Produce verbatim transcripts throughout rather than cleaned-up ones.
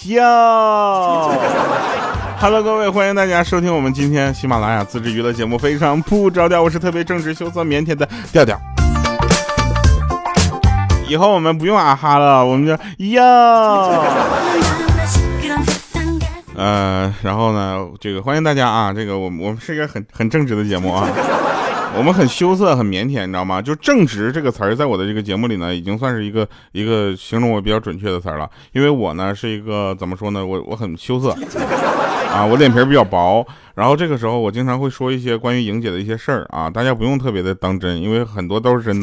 哟 Hello 各位，欢迎大家收听我们今天喜马拉雅自制娱乐节目非常不着调，我是特别正直羞涩腼腆的调调。以后我们不用啊哈了，我们就哟呃，然后呢，这个欢迎大家啊，这个我们我们是一个很很正直的节目啊，我们很羞涩很腼腆，你知道吗？就正直这个词儿，在我的这个节目里呢，已经算是一个一个形容我比较准确的词儿了。因为我呢是一个怎么说呢，我我很羞涩啊，我脸皮比较薄，然后这个时候我经常会说一些关于莹姐的一些事儿啊，大家不用特别的当真，因为很多都是真的。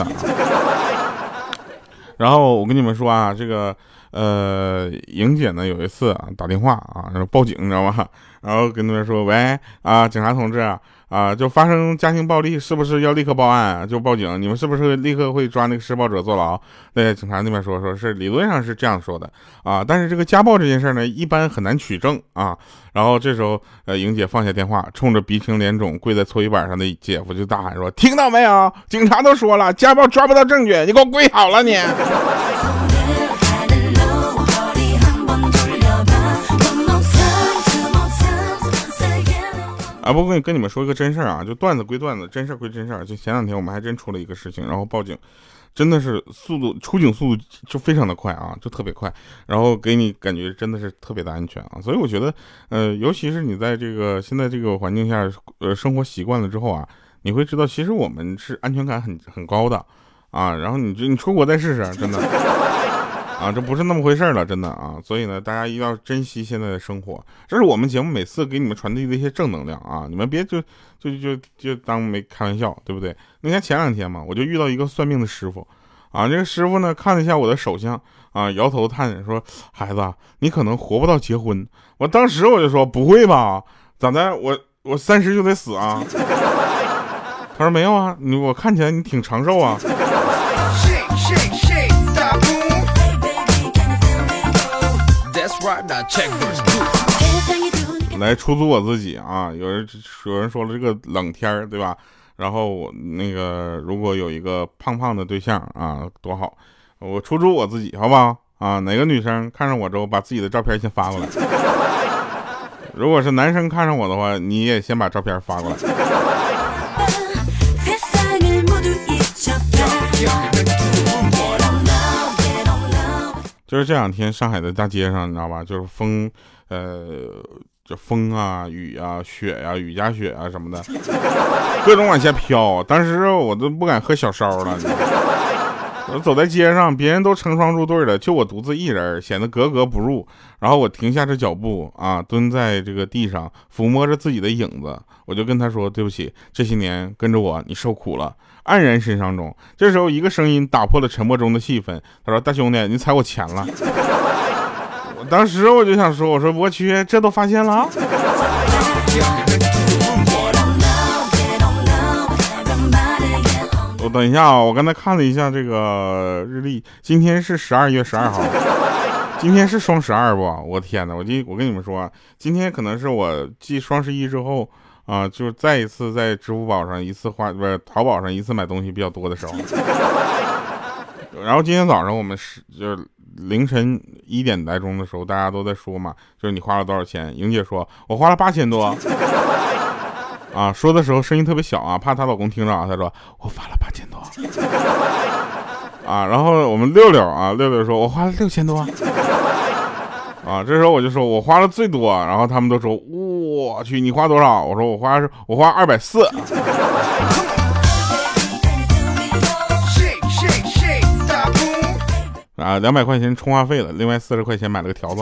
然后我跟你们说啊，这个呃，莹姐呢有一次啊打电话啊，然后报警，你知道吗？然后跟他们说，喂啊，警察同志啊，啊，就发生家庭暴力，是不是要立刻报案啊？就报警，你们是不是立刻会抓那个施暴者坐牢？那警察那边说，说是理论上是这样说的啊，但是这个家暴这件事呢，一般很难取证啊。然后这时候，呃，莹姐放下电话，冲着鼻青脸肿跪在搓衣板上的姐夫就大喊说：“听到没有？警察都说了，家暴抓不到证据，你给我跪好了你！”啊，不过跟你们说一个真事儿啊，就段子归段子，真事儿归真事儿。就前两天我们还真出了一个事情，然后报警，真的是速度出警速度就非常的快啊，就特别快，然后给你感觉真的是特别的安全啊。所以我觉得，呃，尤其是你在这个现在这个环境下，呃，生活习惯了之后啊，你会知道其实我们是安全感很很高的啊。然后你就你出国再试试，真的。啊，这不是那么回事了，真的啊！所以呢，大家一定要珍惜现在的生活，这是我们节目每次给你们传递的一些正能量啊！你们别就就就就当没开玩笑，对不对？你看前两天嘛，我就遇到一个算命的师傅，啊，这个师傅呢看了一下我的手相，啊，摇头叹息说：“孩子，你可能活不到结婚。”我当时我就说：“不会吧？咋的？我我三十就得死啊？”他说：“没有啊，你我看起来你挺长寿啊。”来出租我自己啊！有人有人说了这个冷天对吧？然后我那个如果有一个胖胖的对象啊，多好！我出租我自己，好不好？啊，哪个女生看上我之后，把自己的照片先发过来。如果是男生看上我的话，你也先把照片发过来。就是这两天上海的大街上，你知道吧？就是风，呃，就风啊、雨啊、雪呀、啊、雨夹雪啊什么的，各种往下飘。当时我都不敢喝小烧了。我走在街上，别人都成双入对的，就我独自一人，显得格格不入。然后我停下这脚步啊，蹲在这个地上，抚摸着自己的影子，我就跟他说：“对不起，这些年跟着我，你受苦了。”黯然神伤中，这时候一个声音打破了沉默中的气氛。他说：“大兄弟，你踩我钱了。”我当时我就想说：“我说我去，这都发现了。”我等一下啊，我刚才看了一下这个日历，今天是十二月十二号，今天是双十二不？我天哪！我今我跟你们说啊，今天可能是我继双十一之后。啊，就再一次在支付宝上一次花，不是淘宝上一次买东西比较多的时候。然后今天早上我们是就是凌晨一点来钟的时候，大家都在说嘛，就是你花了多少钱？莹姐说我花了八千多。啊，说的时候声音特别小啊，怕她老公听着啊。她说我花了八千多。啊，然后我们六六啊，六六说我花了六千多。啊，这时候我就说我花了最多，然后他们都说我去你花多少？我说我花是我花二百四。啊，两百块钱充话费了，另外四十块钱买了个条子。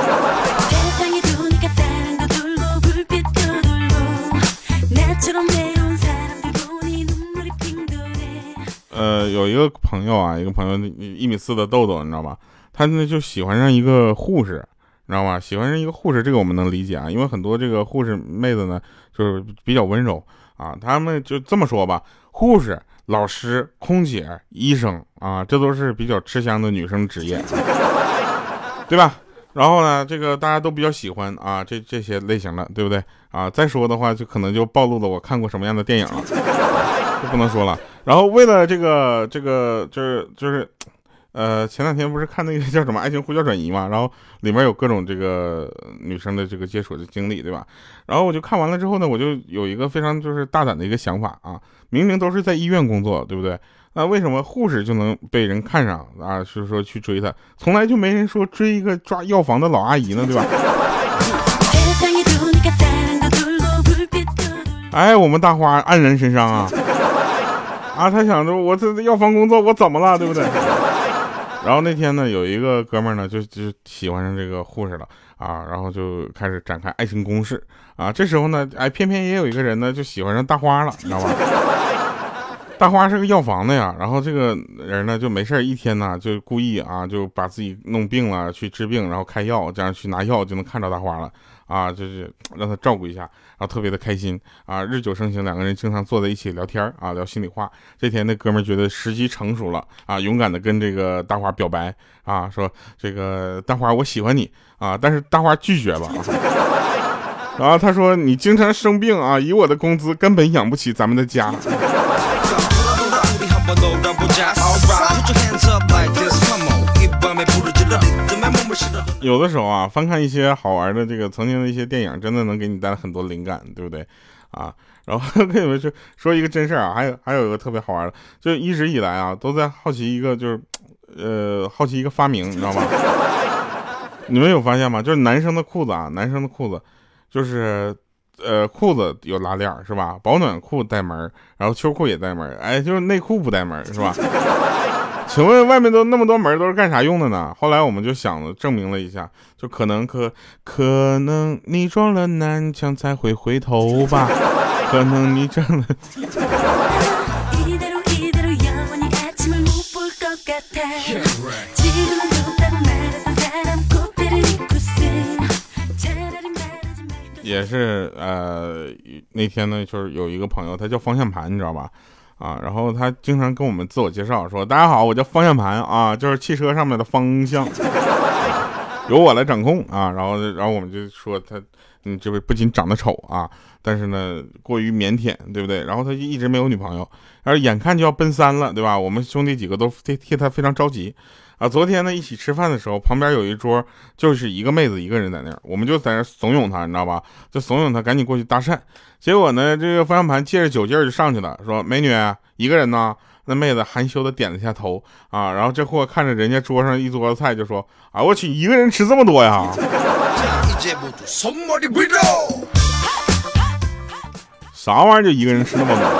呃，有一个朋友啊，一个朋友一米四的豆豆，你知道吧？他呢就喜欢上一个护士。你知道吗？喜欢上一个护士，这个我们能理解啊，因为很多这个护士妹子呢，就是比较温柔啊。他们就这么说吧，护士、老师、空姐、医生啊，这都是比较吃香的女生职业，对吧？然后呢，这个大家都比较喜欢啊，这这些类型的，对不对啊？再说的话，就可能就暴露了我看过什么样的电影了，就不能说了。然后为了这个这个就是就是。 呃，前两天不是看那个叫什么《爱情呼叫转移》嘛，然后里面有各种这个女生的这个接触的经历，对吧？然后我就看完了之后呢，我就有一个非常就是大胆的一个想法啊，明明都是在医院工作，对不对？那为什么护士就能被人看上啊？是说去追她，从来就没人说追一个抓药房的老阿姨呢，对吧？哎，我们大花黯然神伤啊！啊，他想着我这药房工作，我怎么了，对不对？然后那天呢，有一个哥们儿呢，就就喜欢上这个护士了啊，然后就开始展开爱情攻势啊。这时候呢，哎，偏偏也有一个人呢，就喜欢上大花了，你知道吧？大花是个药房的呀，然后这个人呢就没事一天呢就故意啊就把自己弄病了去治病，然后开药，这样去拿药就能看到大花了啊，就是让他照顾一下，然后特别的开心啊。日久生情，两个人经常坐在一起聊天啊，聊心里话。这天那哥们儿觉得时机成熟了啊，勇敢的跟这个大花表白啊，说这个大花我喜欢你啊，但是大花拒绝了。然后他说你经常生病啊，以我的工资根本养不起咱们的家。有的时候啊，翻看一些好玩的这个曾经的一些电影，真的能给你带来很多灵感，对不对啊？然后跟你们说说一个真事儿啊，还有还有一个特别好玩的，就一直以来啊都在好奇一个就是呃好奇一个发明，你知道吗？你们有发现吗？就是男生的裤子啊，男生的裤子就是呃裤子有拉链是吧？保暖裤带门，然后秋裤也带门，哎，就是内裤不带门是吧？请问外面都那么多门都是干啥用的呢？后来我们就想了，证明了一下，就可能可可能你撞了南墙才会回头吧，可能你撞了。也是呃那天呢，就是有一个朋友，他叫方向盘，你知道吧？啊，然后他经常跟我们自我介绍说：“大家好，我叫方向盘啊，就是汽车上面的方向，由我来掌控啊。”然后，然后我们就说他，嗯，这位不仅长得丑啊，但是呢过于腼腆，对不对？然后他就一直没有女朋友，然后眼看就要奔三了，对吧？我们兄弟几个都替替他非常着急啊。昨天呢一起吃饭的时候，旁边有一桌就是一个妹子一个人在那儿，我们就在那儿怂恿他，你知道吧？就怂恿他赶紧过去搭讪。结果呢，这个方向盘借着酒劲儿就上去了，说：“美女，一个人呢？”那妹子含羞的点了一下头啊，然后这货看着人家桌上一桌子菜就说：“啊，我去，一个人吃这么多呀？啥玩意儿就一个人吃那么多？”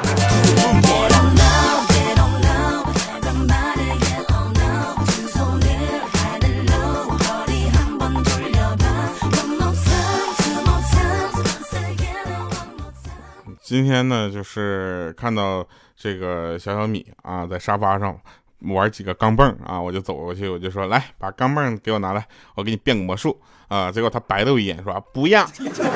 今天呢，就是看到这个小小米啊，在沙发上玩几个钢镚啊，我就走过去，我就说：“来，把钢镚给我拿来，我给你变个魔术啊！”结果他白了我一眼，说：“不要。”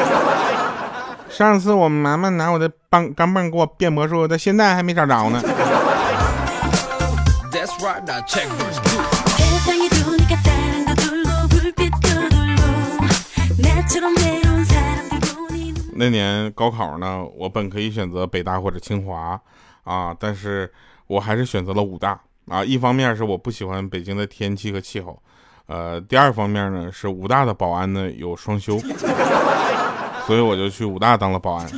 上次我妈妈拿我的钢钢镚给我变魔术，到现在还没找着呢。那年高考呢，我本可以选择北大或者清华啊，但是我还是选择了武大啊。一方面是我不喜欢北京的天气和气候，呃，第二方面呢是武大的保安呢有双休，所以我就去武大当了保安。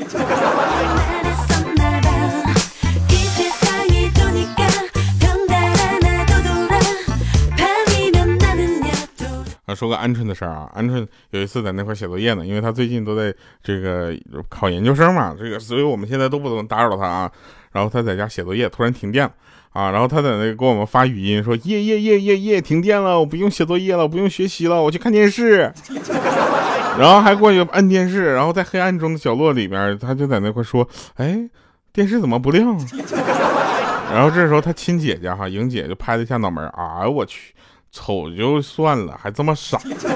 说个鹌鹑的事儿啊，鹌鹑有一次在那块写作业呢，因为他最近都在这个考研究生嘛，这个所以我们现在都不能打扰他啊。然后他在家写作业，突然停电了啊，然后他在那给我们发语音说：“耶耶耶耶耶，停电了，我不用写作业了，我不用学习了，我去看电视。”然后还过去摁电视，然后在黑暗中的角落里边，他就在那块说：“哎，电视怎么不亮？”然后这时候他亲姐姐哈莹姐就拍了一下脑门，啊，我去。丑就算了，还这么傻。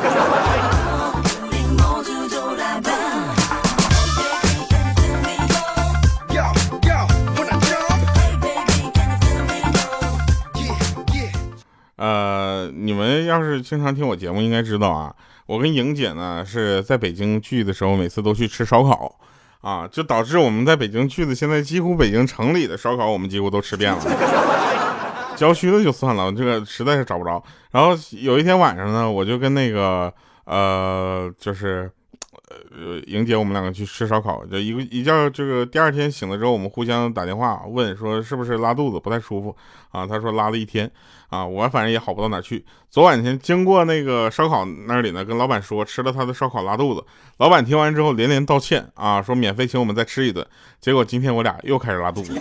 呃，你们要是经常听我节目，应该知道啊，我跟莹姐呢是在北京聚的时候，每次都去吃烧烤啊，就导致我们在北京聚的，现在几乎北京城里的烧烤我们几乎都吃遍了。 郊区的就算了，这个实在是找不着。然后有一天晚上呢，我就跟那个呃，就是呃莹姐我们两个去吃烧烤，就一个一觉这个第二天醒了之后，我们互相打电话问说是不是拉肚子不太舒服啊？他说拉了一天啊，我反正也好不到哪去。昨晚前经过那个烧烤那里呢，跟老板说吃了他的烧烤拉肚子，老板听完之后连连道歉啊，说免费请我们再吃一顿。结果今天我俩又开始拉肚子。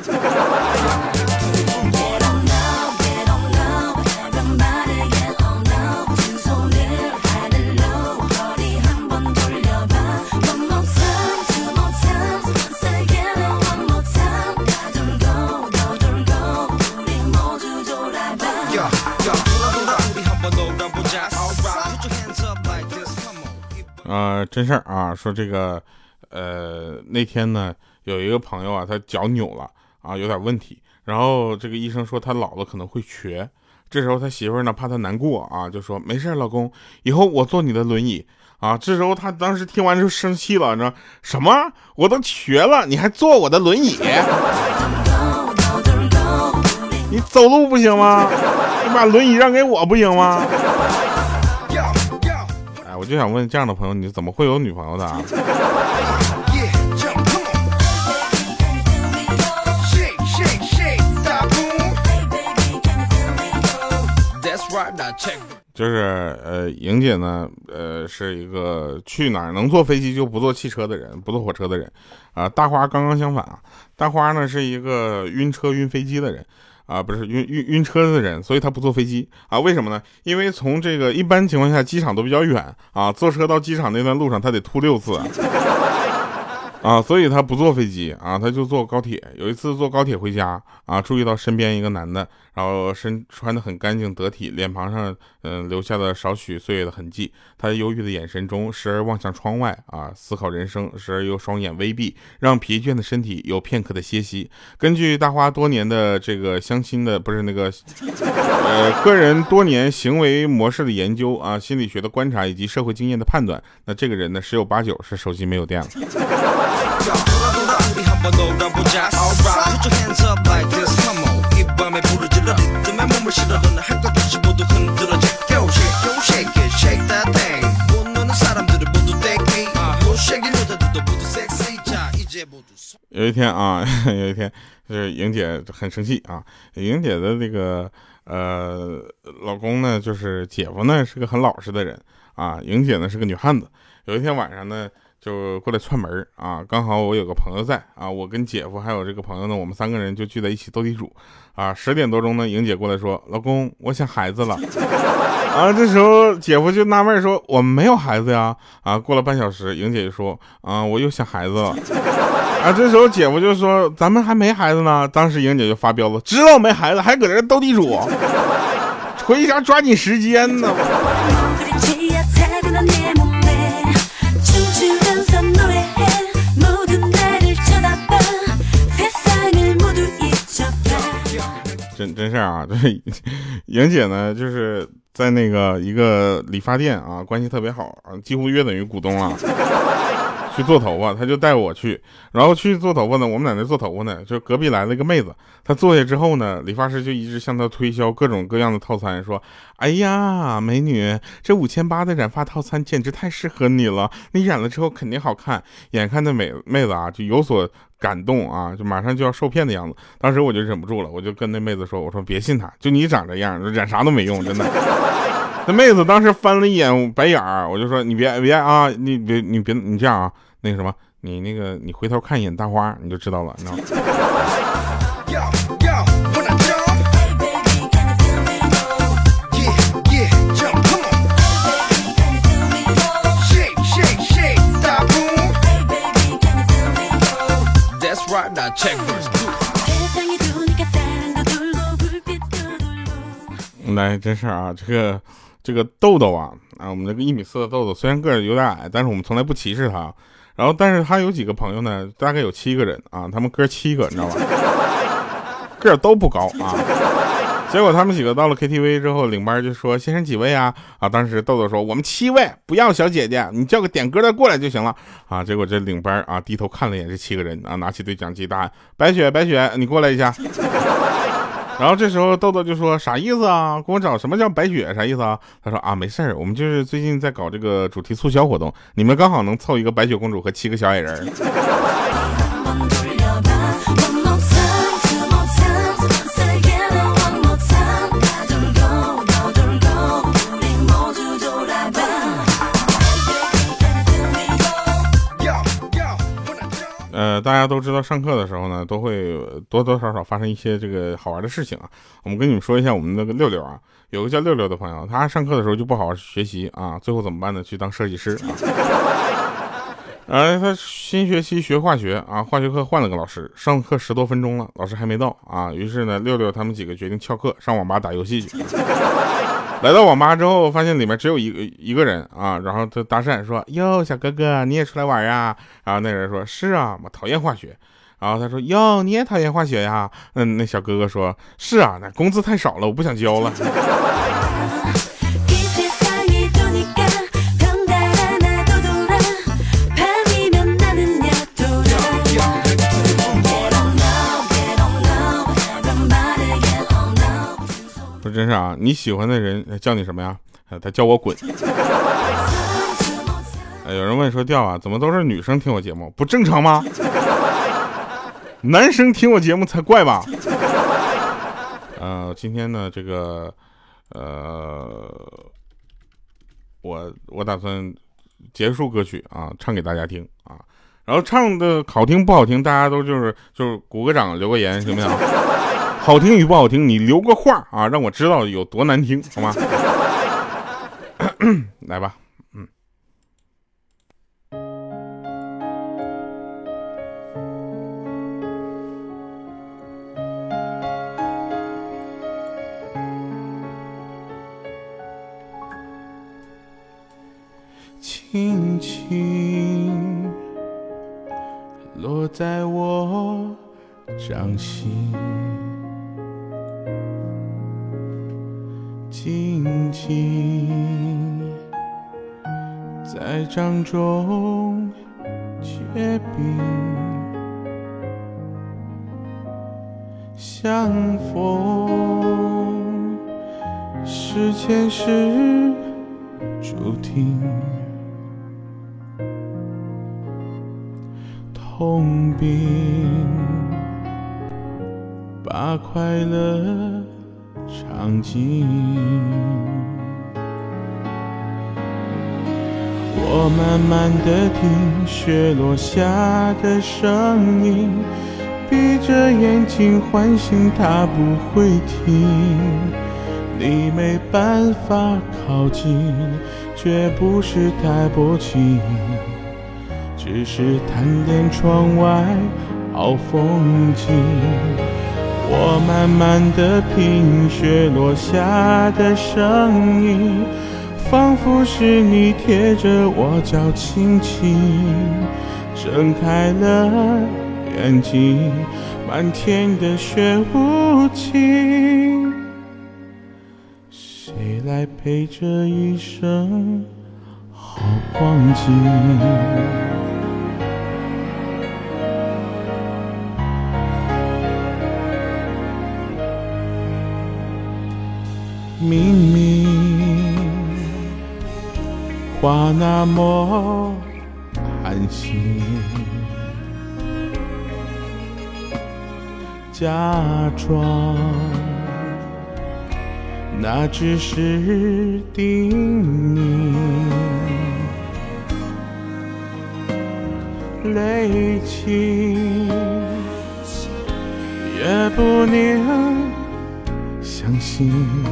呃，真事儿啊，说这个，呃，那天呢，有一个朋友啊，他脚扭了啊，有点问题，然后这个医生说他老了可能会瘸，这时候他媳妇儿呢怕他难过啊，就说没事，老公，以后我坐你的轮椅啊。这时候他当时听完就生气了，你知道什么？我都瘸了，你还坐我的轮椅？你走路不行吗？你把轮椅让给我不行吗？我就想问这样的朋友，你怎么会有女朋友的啊？就是呃，莹姐呢，呃，是一个去哪儿能坐飞机就不坐汽车的人，不坐火车的人啊、呃。大花刚刚相反啊，大花呢是一个晕车晕飞机的人。啊，不是晕晕晕车的人，所以他不坐飞机啊？为什么呢？因为从这个一般情况下，机场都比较远啊，坐车到机场那段路上他得吐六次啊，所以他不坐飞机啊，他就坐高铁。有一次坐高铁回家啊，注意到身边一个男的，然后身穿得很干净得体，脸庞上嗯、呃、留下了少许岁月的痕迹。他忧郁的眼神中，时而望向窗外啊，思考人生，时而又双眼微闭，让疲倦的身体有片刻的歇息。根据大花多年的这个相亲的不是那个呃个人多年行为模式的研究啊，心理学的观察以及社会经验的判断，那这个人呢十有八九是手机没有电了。有一天啊，有一天就是莹姐很生气啊，莹姐的那个呃老公呢，就是姐夫呢是个很老实的人啊，莹姐呢是个女汉子。有一天晚上呢，就过来串门啊，刚好我有个朋友在啊，我跟姐夫还有这个朋友呢，我们三个人就聚在一起斗地主啊。十点多钟呢，莹姐过来说：“老公，我想孩子了。”啊，这时候姐夫就纳闷说：“我们没有孩子呀。”啊，过了半小时，莹姐就说：“啊，我又想孩子了。”啊，这时候姐夫就说：“咱们还没孩子呢。”当时莹姐就发飙了：“知道没孩子还搁这斗地主，回家抓紧时间呢。”真真事儿啊，就是莹姐呢，就是在那个一个理发店啊，关系特别好啊，几乎约等于股东了。去做头发，他就带我去，然后去做头发呢，我们在那做头发呢，就隔壁来了一个妹子，她坐下之后呢，理发师就一直向她推销各种各样的套餐，说：“哎呀，美女，这五千八的染发套餐简直太适合你了，你染了之后肯定好看。”眼看那美妹子啊，就有所感动啊，就马上就要受骗的样子。当时我就忍不住了，我就跟那妹子说：“我说别信她，就你长这样，染啥都没用，真的。”那妹子当时翻了一眼白眼儿，我就说：“你别别啊，你别你别你这样啊。”那个什么，你那个你回头看一眼大花，你就知道了，你知道吗？来，真事啊，这个这个豆豆啊啊，我们这个一米四的豆豆，虽然个儿有点矮，但是我们从来不歧视他。然后，但是他有几个朋友呢，大概有七个人啊，他们哥七个，你知道吧？个儿都不高啊。结果他们几个到了 K T V 之后，领班就说：“先生几位啊？”啊，当时豆豆说：“我们七位，不要小姐姐，你叫个点歌的过来就行了。”啊，结果这领班啊低头看了一眼这七个人啊，拿起对讲机大喊：“白雪，白雪，你过来一下。” 然后这时候豆豆就说啥意思啊？跟我找什么叫白雪啥意思啊？他说啊没事儿，我们就是最近在搞这个主题促销活动，你们刚好能凑一个白雪公主和七个小矮人。呃，大家都知道上课的时候呢，都会多多少少发生一些这个好玩的事情啊。我们跟你们说一下我们那个六六啊，有个叫六六的朋友，他上课的时候就不好好学习啊，最后怎么办呢？去当设计师啊。呃，他新学期学化学啊，化学课换了个老师，上课十多分钟了，老师还没到啊。于是呢，六六他们几个决定翘课上网吧打游戏去。来到网吧之后，发现里面只有一个一个人啊，然后他搭讪说：“哟，小哥哥，你也出来玩呀？”然后那人说：“是啊，我讨厌化学。”然后他说：“哟，你也讨厌化学呀？”嗯，那小哥哥说：“是啊，那工资太少了，我不想交了。”说真是啊，你喜欢的人叫你什么呀？他叫我滚。有人问说调啊，怎么都是女生听我节目，不正常吗？男生听我节目才怪吧。呃，今天呢，这个呃，我我打算结束歌曲啊，唱给大家听啊。然后唱的好听不好听，大家都就是就是鼓个掌留个言，行不行？好听与不好听，你留个话啊，让我知道有多难听，好吗？来吧，嗯。轻轻落在我掌心，静静在掌中结冰，相逢是前世注定，痛并把快乐尝尽。我慢慢地听雪落下的声音，闭着眼睛唤醒它不会停。你没办法靠近，绝不是太薄情，只是贪恋窗外好风景。我慢慢地品雪落下的声音，仿佛是你贴着我脚轻轻睁开了眼睛，满天的雪无情，谁来陪这一生好光景？明明话那么寒心，假装那只是叮咛，泪倾也不能相信，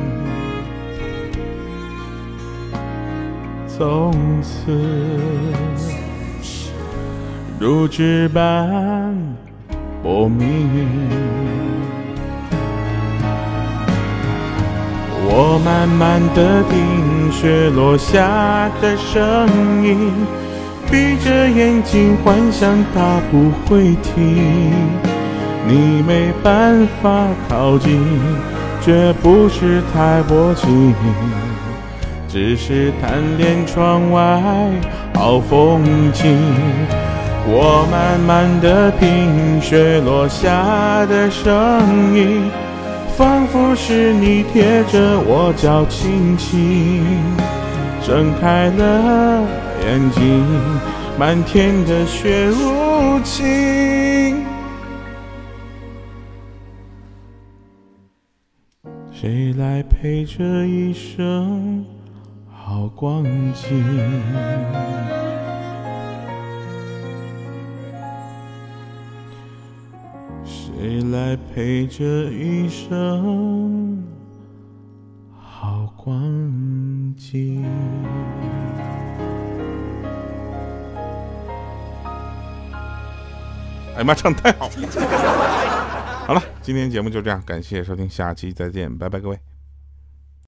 从此如纸般薄命。我慢慢地听雪落下的声音，闭着眼睛幻想它不会停。你没办法靠近，绝不是太薄情，只是贪恋窗外好风景。我慢慢地品雪落下的声音， 仿佛是你贴着我脚轻轻睁开了眼睛，漫天的雪如情，谁来陪这一生好光景？谁来陪这一生好光景？哎呀妈，唱得太好了！好了，今天节目就这样，感谢收听，下期再见，拜拜各位。